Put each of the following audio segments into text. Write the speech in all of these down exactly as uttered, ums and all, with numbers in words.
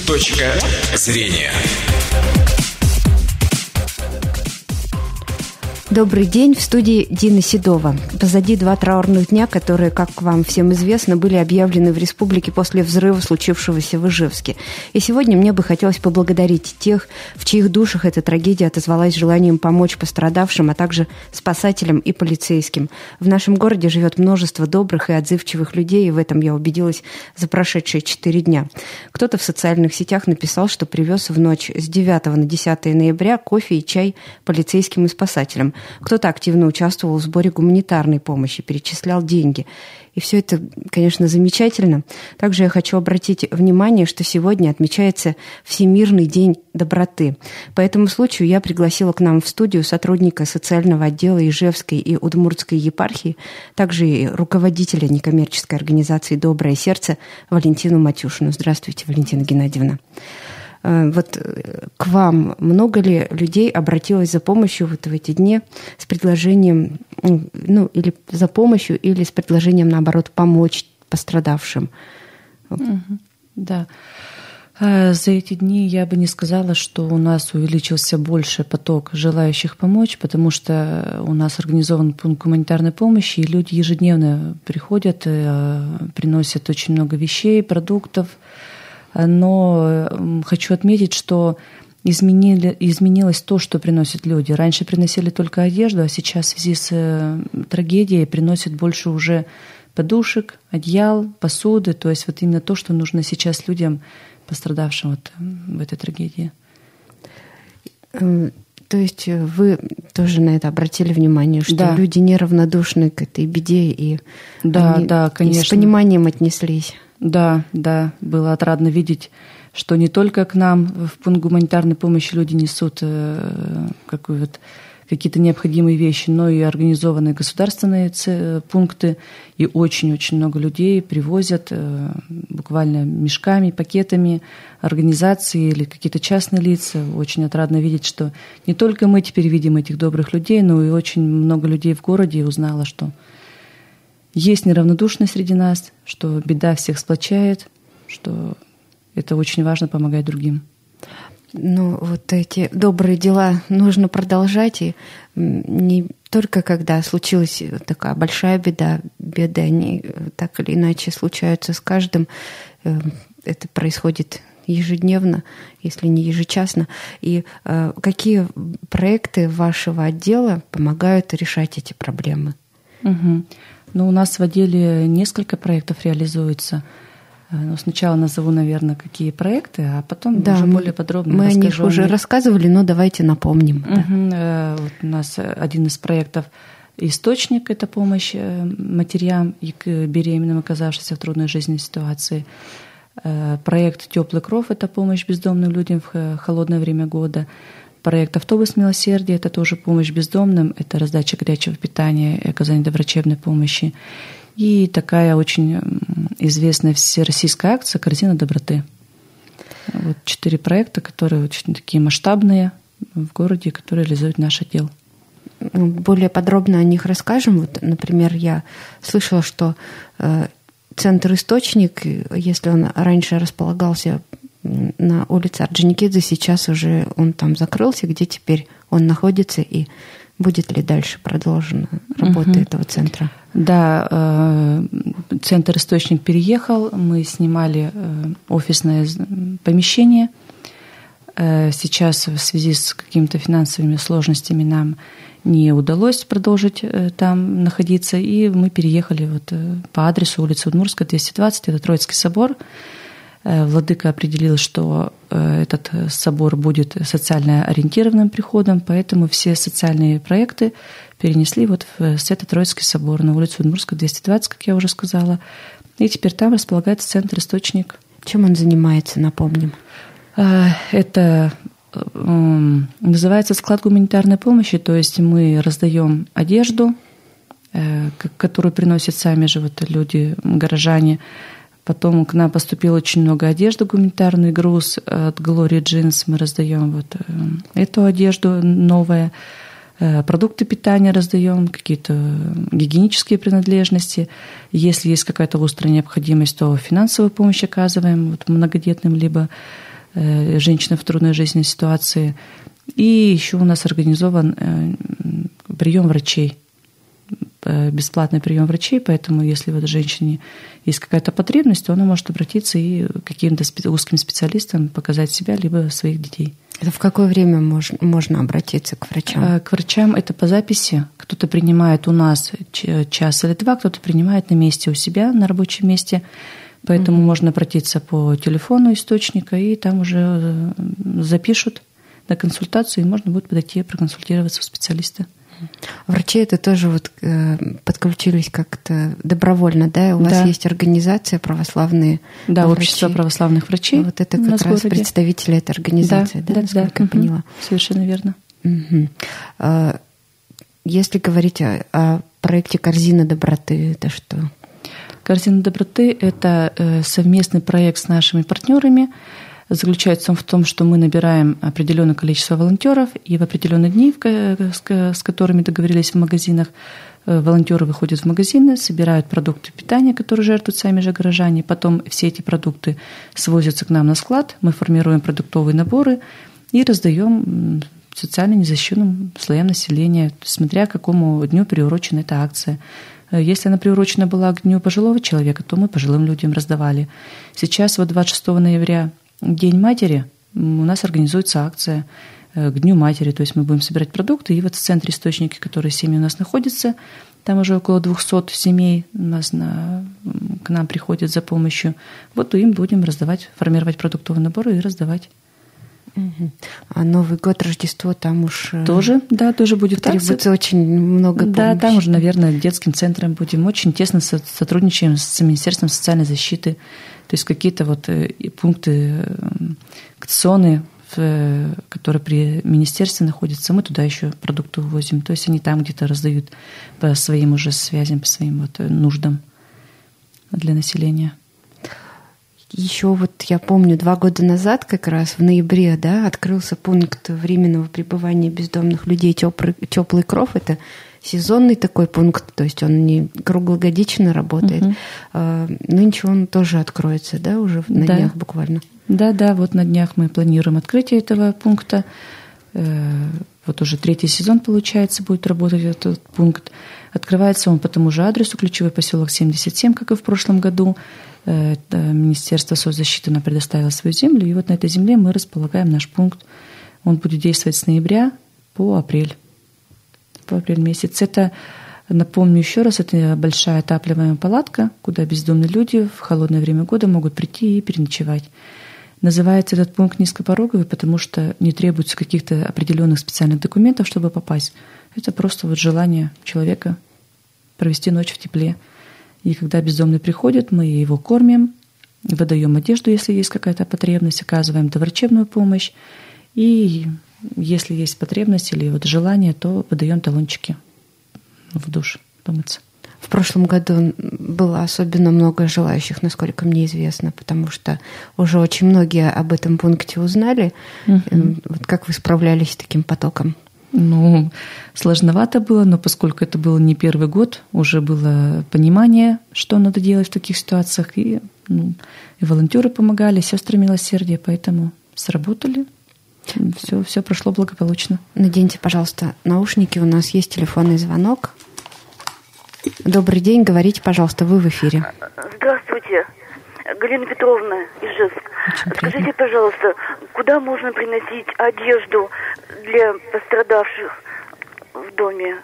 Точка зрения. Добрый день, в студии Дина Седова. Позади два траурных дня, которые, как вам всем известно, были объявлены в республике после взрыва, случившегося в Ижевске. И сегодня мне бы хотелось поблагодарить тех, в чьих душах эта трагедия отозвалась желанием помочь пострадавшим, а также спасателям и полицейским. В нашем городе живет множество добрых и отзывчивых людей, и в этом я убедилась за прошедшие четыре дня. Кто-то в социальных сетях написал, что привез в ночь с девятого на десятое ноября кофе и чай полицейским и спасателям. Кто-то активно участвовал в сборе гуманитарной помощи, перечислял деньги. И все это, конечно, замечательно. Также я хочу обратить внимание, что сегодня отмечается Всемирный день доброты. По этому случаю я пригласила к нам в студию сотрудника социального отдела Ижевской и Удмуртской епархии, также и руководителя некоммерческой организации «Доброе сердце» Валентину Матюшину. Здравствуйте, Валентина Геннадьевна. Вот к вам много ли людей обратилось за помощью вот в эти дни с предложением, ну, или за помощью, или с предложением, наоборот, помочь пострадавшим? Да. За эти дни я бы не сказала, что у нас увеличился больше поток желающих помочь, потому что у нас организован пункт гуманитарной помощи, и люди ежедневно приходят, приносят очень много вещей, продуктов. Но хочу отметить, что изменили, изменилось то, что приносят люди. Раньше приносили только одежду, а сейчас в связи с трагедией приносят больше уже подушек, одеял, посуды. То есть вот именно то, что нужно сейчас людям, пострадавшим вот в этой трагедии. То есть вы тоже на это обратили внимание, что да. люди неравнодушны к этой беде и, да, они, да, конечно. и с пониманием отнеслись. Да, да, было отрадно видеть, что не только к нам в пункт гуманитарной помощи люди несут э, какую вот, какие-то необходимые вещи, но и организованные государственные пункты, и очень-очень много людей привозят э, буквально мешками, пакетами, организации или какие-то частные лица. Очень отрадно видеть, что не только мы теперь видим этих добрых людей, но и очень много людей в городе узнало, что есть неравнодушность среди нас, что беда всех сплочает, что это очень важно помогать другим. Ну, вот эти добрые дела нужно продолжать, и не только когда случилась такая большая беда, беды, они так или иначе случаются с каждым, это происходит ежедневно, если не ежечасно. И какие проекты вашего отдела помогают решать эти проблемы? Угу. Ну, у нас в отделе несколько проектов реализуется. Но сначала назову, наверное, какие проекты, а потом да, уже более подробно мы расскажу. Мы о них уже рассказывали, но давайте напомним. Угу. Да. Вот у нас один из проектов «Источник» — это помощь матерям и к беременным, оказавшимся в трудной жизненной ситуации. Проект «Теплый кров» — это помощь бездомным людям в холодное время года. Проект «Автобус милосердия» — это тоже помощь бездомным, это раздача горячего питания и оказание доврачебной помощи. И такая очень известная всероссийская акция «Корзина доброты». Вот четыре проекта, которые очень такие масштабные в городе, которые реализует наш отдел. Более подробно о них расскажем. Вот, например, я слышала, что э, центр «Источник», если он раньше располагался на улице Орджоникидзе, сейчас уже он там закрылся, где теперь он находится и будет ли дальше продолжена работа угу. этого центра? Да, центр «Источник» переехал, мы снимали офисное помещение. Сейчас в связи с какими-то финансовыми сложностями нам не удалось продолжить там находиться, и мы переехали вот по адресу улица Удмуртская, двести двадцать, это Троицкий собор. Владыка определил, что этот собор будет социально ориентированным приходом, поэтому все социальные проекты перенесли вот в Свято-Троицкий собор на улицу Удмуртская, двести двадцать, как я уже сказала. И теперь там располагается центр «Источник». Чем он занимается, напомним? Это называется склад гуманитарной помощи, то есть мы раздаем одежду, которую приносят сами же вот люди, горожане. Потом к нам поступило очень много одежды, гуманитарный груз от Glory Jeans. Мы раздаем вот эту одежду новую. Продукты питания раздаем, какие-то гигиенические принадлежности. Если есть какая-то острая необходимость, то финансовую помощь оказываем вот многодетным либо женщины в трудной жизненной ситуации. И еще у нас организован прием врачей, бесплатный прием врачей, поэтому если вот женщине есть какая-то потребность, то она может обратиться и к каким-то узким специалистам показать себя, либо своих детей. Это в какое время можно, можно обратиться к врачам? К врачам это по записи. Кто-то принимает у нас час или два, кто-то принимает на месте у себя, на рабочем месте. Поэтому mm-hmm. можно обратиться по телефону источника, и там уже запишут на консультацию, и можно будет подойти и проконсультироваться у специалиста. Врачи это тоже вот э, подключились как-то добровольно, да? У да. вас есть организация православные Да, врачи. Общество православных врачей. Вот это как раз представители этой организации, да, да, насколько да. я поняла. Угу. Совершенно верно. Угу. А, если говорить о, о проекте «Корзина доброты», это что? «Корзина доброты» — это совместный проект с нашими партнерами. Заключается он в том, что мы набираем определенное количество волонтеров, и в определенные дни, с которыми договорились в магазинах, волонтеры выходят в магазины, собирают продукты питания, которые жертвуют сами же горожане. Потом все эти продукты свозятся к нам на склад, мы формируем продуктовые наборы и раздаем социально незащищенным слоям населения, смотря к какому дню приурочена эта акция. Если она приурочена была к дню пожилого человека, то мы пожилым людям раздавали. Сейчас вот двадцать шестого ноября День матери, у нас организуется акция к Дню матери, то есть мы будем собирать продукты, и вот в центре источники, которые семьи у нас находятся, там уже около двухсот семей у нас на, к нам приходят за помощью, вот им будем раздавать, формировать продуктовые наборы и раздавать. Угу. А Новый год, Рождество, там уж... Тоже, да, тоже будет требуется акция. Очень много помощи. Да, там уже, наверное, детским центром будем. Очень тесно сотрудничаем с Министерством социальной защиты. То есть какие-то вот пункты акционные, которые при министерстве находятся, мы туда еще продукты увозим. То есть они там где-то раздают по своим уже связям, по своим вот нуждам для населения. Еще вот я помню, два года назад, как раз в ноябре, да, открылся пункт временного пребывания бездомных людей «Теплый, теплый кров». Это сезонный такой пункт, то есть он не круглогодично работает. Угу. А, нынче он тоже откроется, да, уже на да. днях буквально. Да, да, вот на днях мы планируем открытие этого пункта. Вот уже третий сезон, получается, будет работать этот пункт. Открывается он по тому же адресу, ключевой поселок семьдесят семь, как и в прошлом году. Министерство соцзащиты нам предоставило свою землю, и вот на этой земле мы располагаем наш пункт. Он будет действовать с ноября по апрель. По апрель месяц. Это, напомню еще раз, это большая отапливаемая палатка, куда бездомные люди в холодное время года могут прийти и переночевать. Называется этот пункт низкопороговый, потому что не требуется каких-то определенных специальных документов, чтобы попасть. Это просто вот желание человека провести ночь в тепле. И когда бездомный приходит, мы его кормим, выдаем одежду, если есть какая-то потребность, оказываем доврачебную помощь. И если есть потребность или вот желание, то выдаем талончики в душ помыться. В прошлом году было особенно много желающих, насколько мне известно, потому что уже очень многие об этом пункте узнали. Угу. Вот как вы справлялись с таким потоком? Ну, сложновато было, но поскольку это был не первый год, уже было понимание, что надо делать в таких ситуациях. И, ну, и волонтеры помогали, сестры милосердия, поэтому сработали. Все, все прошло благополучно. Наденьте, пожалуйста, наушники. У нас есть телефонный звонок. Добрый день, говорите, пожалуйста, вы в эфире. Здравствуйте, Галина Петровна, Ижевск. Скажите, пожалуйста, куда можно приносить одежду для пострадавших в доме?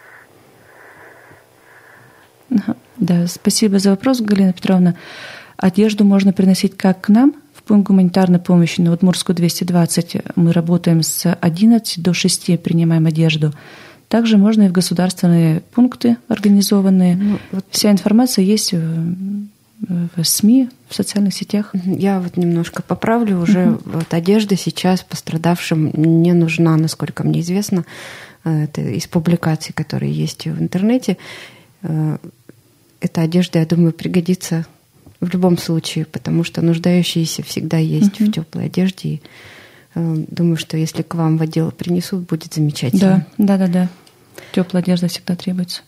Да, спасибо за вопрос, Галина Петровна. Одежду можно приносить как к нам, в пункт гуманитарной помощи на Удмуртскую двести двадцать. Мы работаем с одиннадцати до шести, принимаем одежду. Также можно и в государственные пункты организованные. Ну, вот вся информация есть в, в СМИ, в социальных сетях. Я вот немножко поправлю. Уже uh-huh. вот одежда сейчас пострадавшим не нужна, насколько мне известно. Это из публикаций, которые есть в интернете. Эта одежда, я думаю, пригодится в любом случае, потому что нуждающиеся всегда есть uh-huh. в теплой одежде. И думаю, что если к вам в отдел принесут, будет замечательно. Да, да, да, да. Теплая одежда всегда требуется.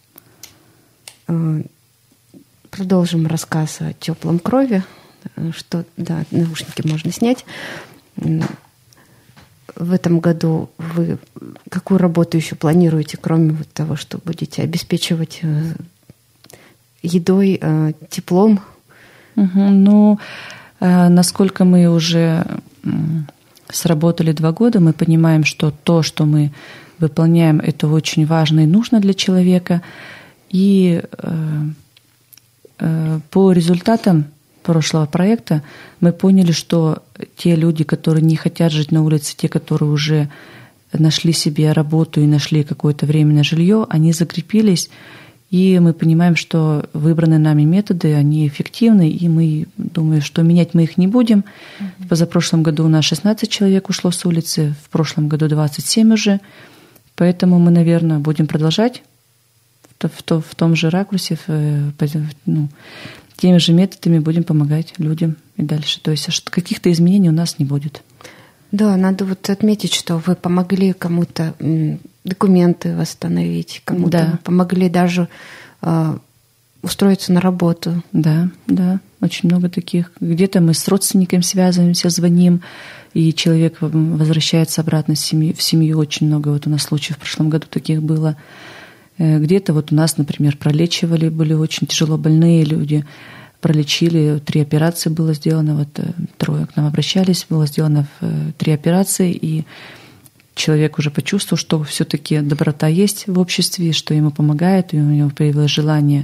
Продолжим рассказ о теплом крови. Что, да, наушники можно снять. в этом году вы какую работу еще планируете, кроме вот того, что будете обеспечивать едой, теплом? Угу. Ну, насколько мы уже сработали два года, мы понимаем, что то, что мы выполняем, это очень важно и нужно для человека. И по результатам прошлого проекта мы поняли, что те люди, которые не хотят жить на улице, те, которые уже нашли себе работу и нашли какое-то временное жилье, они закрепились, и мы понимаем, что выбранные нами методы, они эффективны, и мы думаем, что менять мы их не будем. Mm-hmm. В позапрошлом году у нас шестнадцать человек ушло с улицы, в прошлом году двадцать семь уже, поэтому мы, наверное, будем продолжать в, в, в том же ракурсе, в, ну, теми же методами будем помогать людям и дальше. То есть каких-то изменений у нас не будет. Да, надо вот отметить, что вы помогли кому-то документы восстановить, кому-то да. помогли даже э, устроиться на работу. Да, да, очень много таких. Где-то мы с родственниками связываемся, звоним, и человек возвращается обратно в семью. В семью очень много вот у нас случаев в прошлом году таких было. Где-то вот у нас, например, пролечивали, были очень тяжело больные люди, пролечили, три операции было сделано, вот трое к нам обращались, было сделано три операции, и человек уже почувствовал, что все-таки доброта есть в обществе, что ему помогает, и у него появилось желание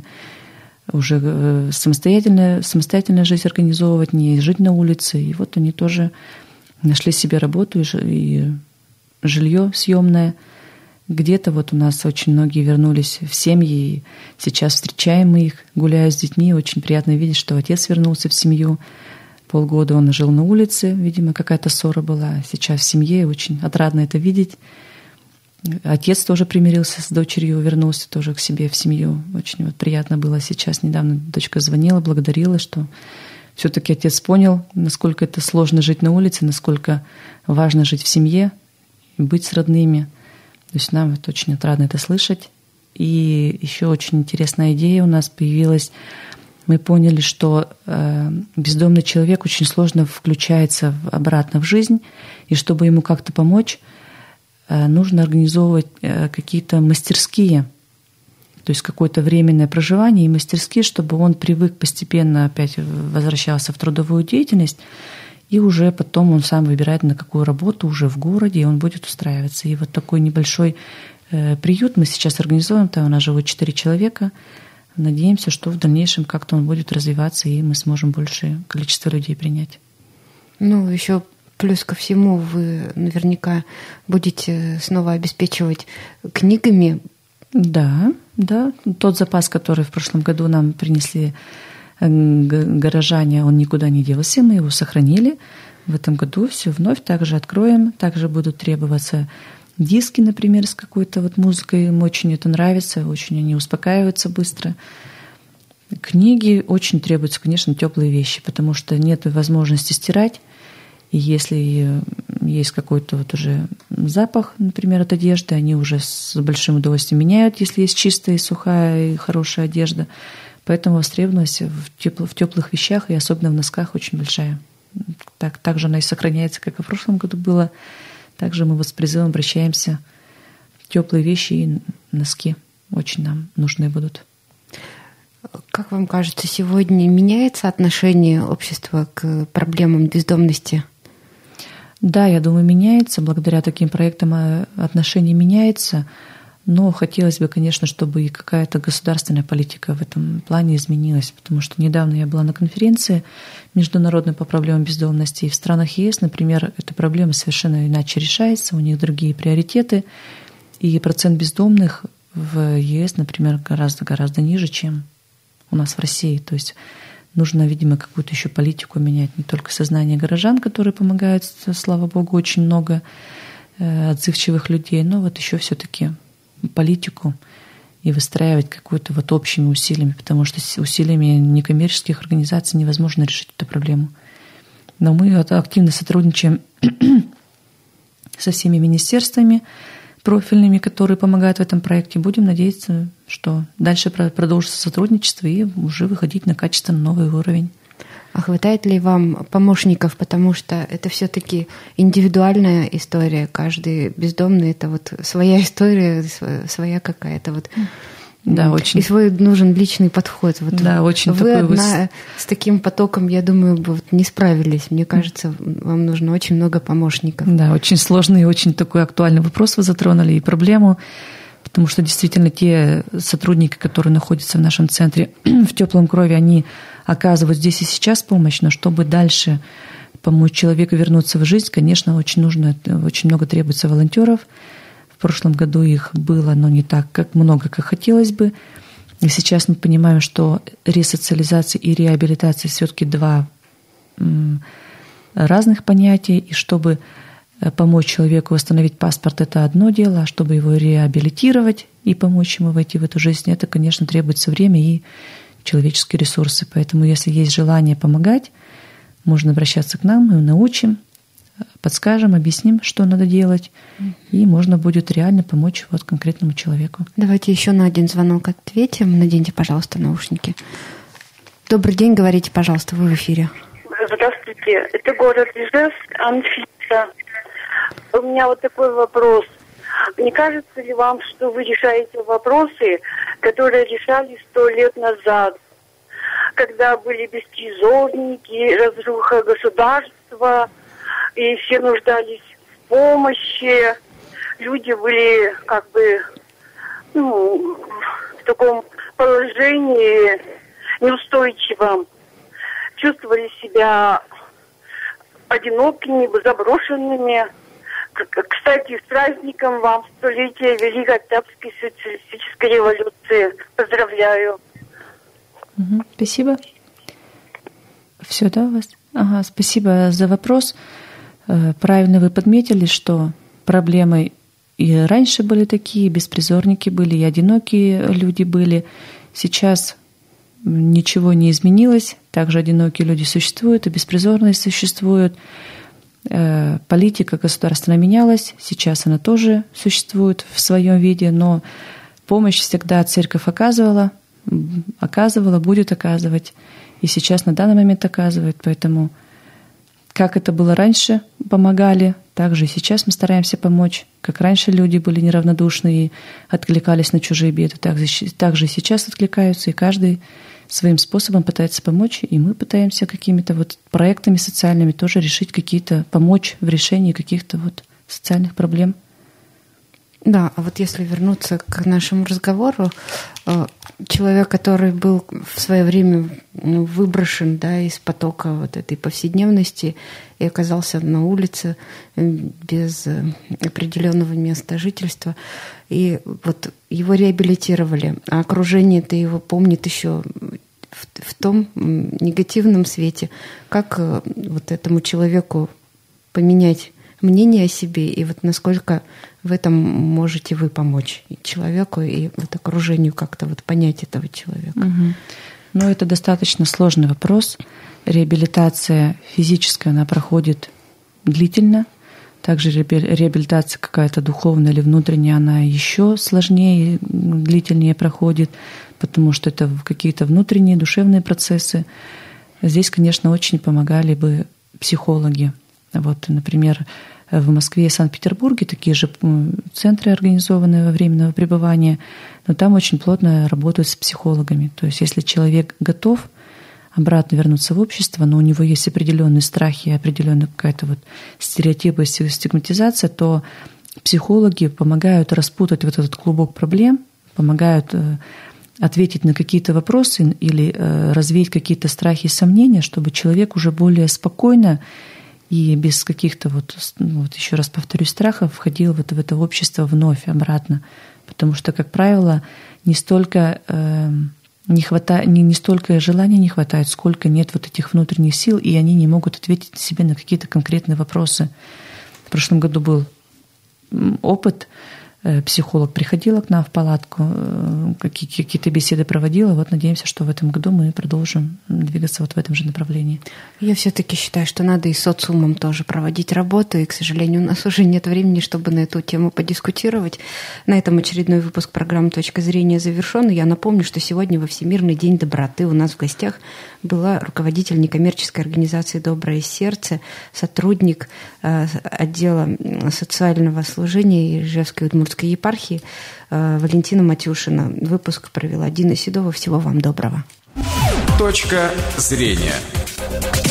уже самостоятельно, самостоятельно жизнь организовывать, не жить на улице. И вот они тоже нашли себе работу и жилье съемное. Где-то вот у нас очень многие вернулись в семьи, и сейчас встречаем мы их, гуляя с детьми. Очень приятно видеть, что отец вернулся в семью. Полгода он жил на улице, видимо, какая-то ссора была. Сейчас в семье, очень отрадно это видеть. Отец тоже примирился с дочерью, вернулся тоже к себе в семью. Очень вот приятно было сейчас. Недавно дочка звонила, благодарила, что все-таки отец понял, насколько это сложно жить на улице, насколько важно жить в семье, быть с родными. То есть нам это очень отрадно это слышать. И еще очень интересная идея у нас появилась. Мы поняли, что э, бездомный человек очень сложно включается в, обратно в жизнь, и чтобы ему как-то помочь, э, нужно организовывать э, какие-то мастерские, то есть какое-то временное проживание и мастерские, чтобы он привык постепенно опять возвращался в трудовую деятельность, и уже потом он сам выбирает, на какую работу уже в городе, и он будет устраиваться. И вот такой небольшой э, приют мы сейчас организуем, там у нас живут четыре человека. Надеемся, что в дальнейшем как-то он будет развиваться, и мы сможем большее количество людей принять. Ну, еще плюс ко всему вы наверняка будете снова обеспечивать книгами. Да, да. Тот запас, который в прошлом году нам принесли горожане, он никуда не делся, мы его сохранили. В этом году все вновь также откроем, также будут требоваться диски, например, с какой-то вот музыкой, им очень это нравится, очень они успокаиваются быстро. Книги очень требуются, конечно, теплые вещи, потому что нет возможности стирать. И если есть какой-то вот уже запах, например, от одежды, они уже с большим удовольствием меняют, если есть чистая, сухая и хорошая одежда. Поэтому востребованность в, тепло, в теплых вещах и особенно в носках очень большая. Так, так же она и сохраняется, как и в прошлом году было. Также мы вот с призывом обращаемся. Теплые вещи и носки очень нам нужны будут. Как вам кажется, сегодня меняется отношение общества к проблемам бездомности? Да, я думаю, меняется. Благодаря таким проектам отношение меняется. Но хотелось бы, конечно, чтобы и какая-то государственная политика в этом плане изменилась, потому что недавно я была на конференции международной по проблемам бездомности, и в странах ЕС, например, эта проблема совершенно иначе решается, у них другие приоритеты, и процент бездомных в ЕС, например, гораздо-гораздо ниже, чем у нас в России. То есть нужно, видимо, какую-то еще политику менять, не только сознание горожан, которые помогают, слава богу, очень много отзывчивых людей, но вот еще все-таки политику и выстраивать какую-то вот общими усилиями, потому что с усилиями некоммерческих организаций невозможно решить эту проблему. Но мы активно сотрудничаем со всеми министерствами профильными, которые помогают в этом проекте. Будем надеяться, что дальше продолжится сотрудничество и уже выходить на качественно новый уровень. А хватает ли вам помощников, потому что это все-таки индивидуальная история, каждый бездомный — это вот своя история, своя какая-то вот. Да, очень. И свой нужен личный подход. Вот да, очень вы такой одна выс... с таким потоком, я думаю, бы вот не справились. Мне кажется, вам нужно очень много помощников. Да, очень сложный и очень такой актуальный вопрос вы затронули, и проблему, потому что действительно те сотрудники, которые находятся в нашем центре в теплом крови, они оказывают здесь и сейчас помощь, но чтобы дальше помочь человеку вернуться в жизнь, конечно, очень нужно, очень много требуется волонтеров. В прошлом году их было, но не так как много, как хотелось бы. И сейчас мы понимаем, что ресоциализация и реабилитация все-таки два разных понятия. И чтобы помочь человеку восстановить паспорт, это одно дело, а чтобы его реабилитировать и помочь ему войти в эту жизнь, это, конечно, требуется время и человеческие ресурсы. Поэтому, если есть желание помогать, можно обращаться к нам, мы научим, подскажем, объясним, что надо делать, и можно будет реально помочь вот конкретному человеку. Давайте еще на один звонок ответим. Наденьте, пожалуйста, наушники. Добрый день, говорите, пожалуйста, вы в эфире. Здравствуйте, это город Ижевск, Анфиса. У меня вот такой вопрос. Не кажется ли вам, что вы решаете вопросы, которые решались сто лет назад, когда были беспризорники, разруха государства, и все нуждались в помощи, люди были как бы ну, в таком положении неустойчивом, чувствовали себя одинокими, заброшенными. Кстати, с праздником вам столетия Великой Октябрьской социалистической революции. Поздравляю. Угу, спасибо. Все, да, у вас? Ага, спасибо за вопрос. Правильно вы подметили, что проблемы и раньше были такие, беспризорники были, и одинокие люди были. Сейчас ничего не изменилось, также одинокие люди существуют, и беспризорные существуют. Политика государственная менялась, сейчас она тоже существует в своем виде, но помощь всегда церковь оказывала, оказывала, будет оказывать, и сейчас на данный момент оказывает, поэтому как это было раньше, помогали, так же и сейчас мы стараемся помочь. Как раньше люди были неравнодушны и откликались на чужие беды, так же, так же и сейчас откликаются, и каждый своим способом пытается помочь, и мы пытаемся какими-то вот проектами социальными тоже решить какие-то, помочь в решении каких-то вот социальных проблем. Да, а вот если вернуться к нашему разговору, человек, который был в свое время выброшен, да, из потока вот этой повседневности и оказался на улице без определенного места жительства, и вот его реабилитировали, а окружение-то его помнит еще в, в том негативном свете, как вот этому человеку поменять мнение о себе, и вот насколько в этом можете вы помочь и человеку, и вот окружению как-то вот понять этого человека. Угу. Ну, это достаточно сложный вопрос. Реабилитация физическая, она проходит длительно. Также реабилитация какая-то духовная или внутренняя, она еще сложнее, длительнее проходит, потому что это какие-то внутренние душевные процессы. Здесь, конечно, очень помогали бы психологи. Вот, например, в Москве и Санкт-Петербурге такие же центры, организованные во временного пребывания, но там очень плотно работают с психологами. То есть если человек готов обратно вернуться в общество, но у него есть определенные страхи, определенная какая-то вот стереотипы, стигматизация, то психологи помогают распутать вот этот клубок проблем, помогают ответить на какие-то вопросы или развеять какие-то страхи и сомнения, чтобы человек уже более спокойно и без каких-то, вот, ну, вот еще раз повторюсь, страхов входил вот в это общество вновь, обратно. Потому что, как правило, не столько, э, не, хватает, не, не столько желания не хватает, сколько нет вот этих внутренних сил, и они не могут ответить себе на какие-то конкретные вопросы. В прошлом году был опыт психолог приходила к нам в палатку, какие-то беседы проводила. Вот надеемся, что в этом году мы продолжим двигаться вот в этом же направлении. Я все-таки считаю, что надо и с социумом тоже проводить работу, и, к сожалению, у нас уже нет времени, чтобы на эту тему подискутировать. На этом очередной выпуск программы «Точка зрения» завершен. Я напомню, что сегодня во Всемирный день доброты у нас в гостях была руководитель некоммерческой организации «Доброе сердце», сотрудник отдела социального служения Ижевской удмуртской епархии Валентина Матюшина. Выпуск провела Дина Седова. Всего вам доброго. Точка зрения.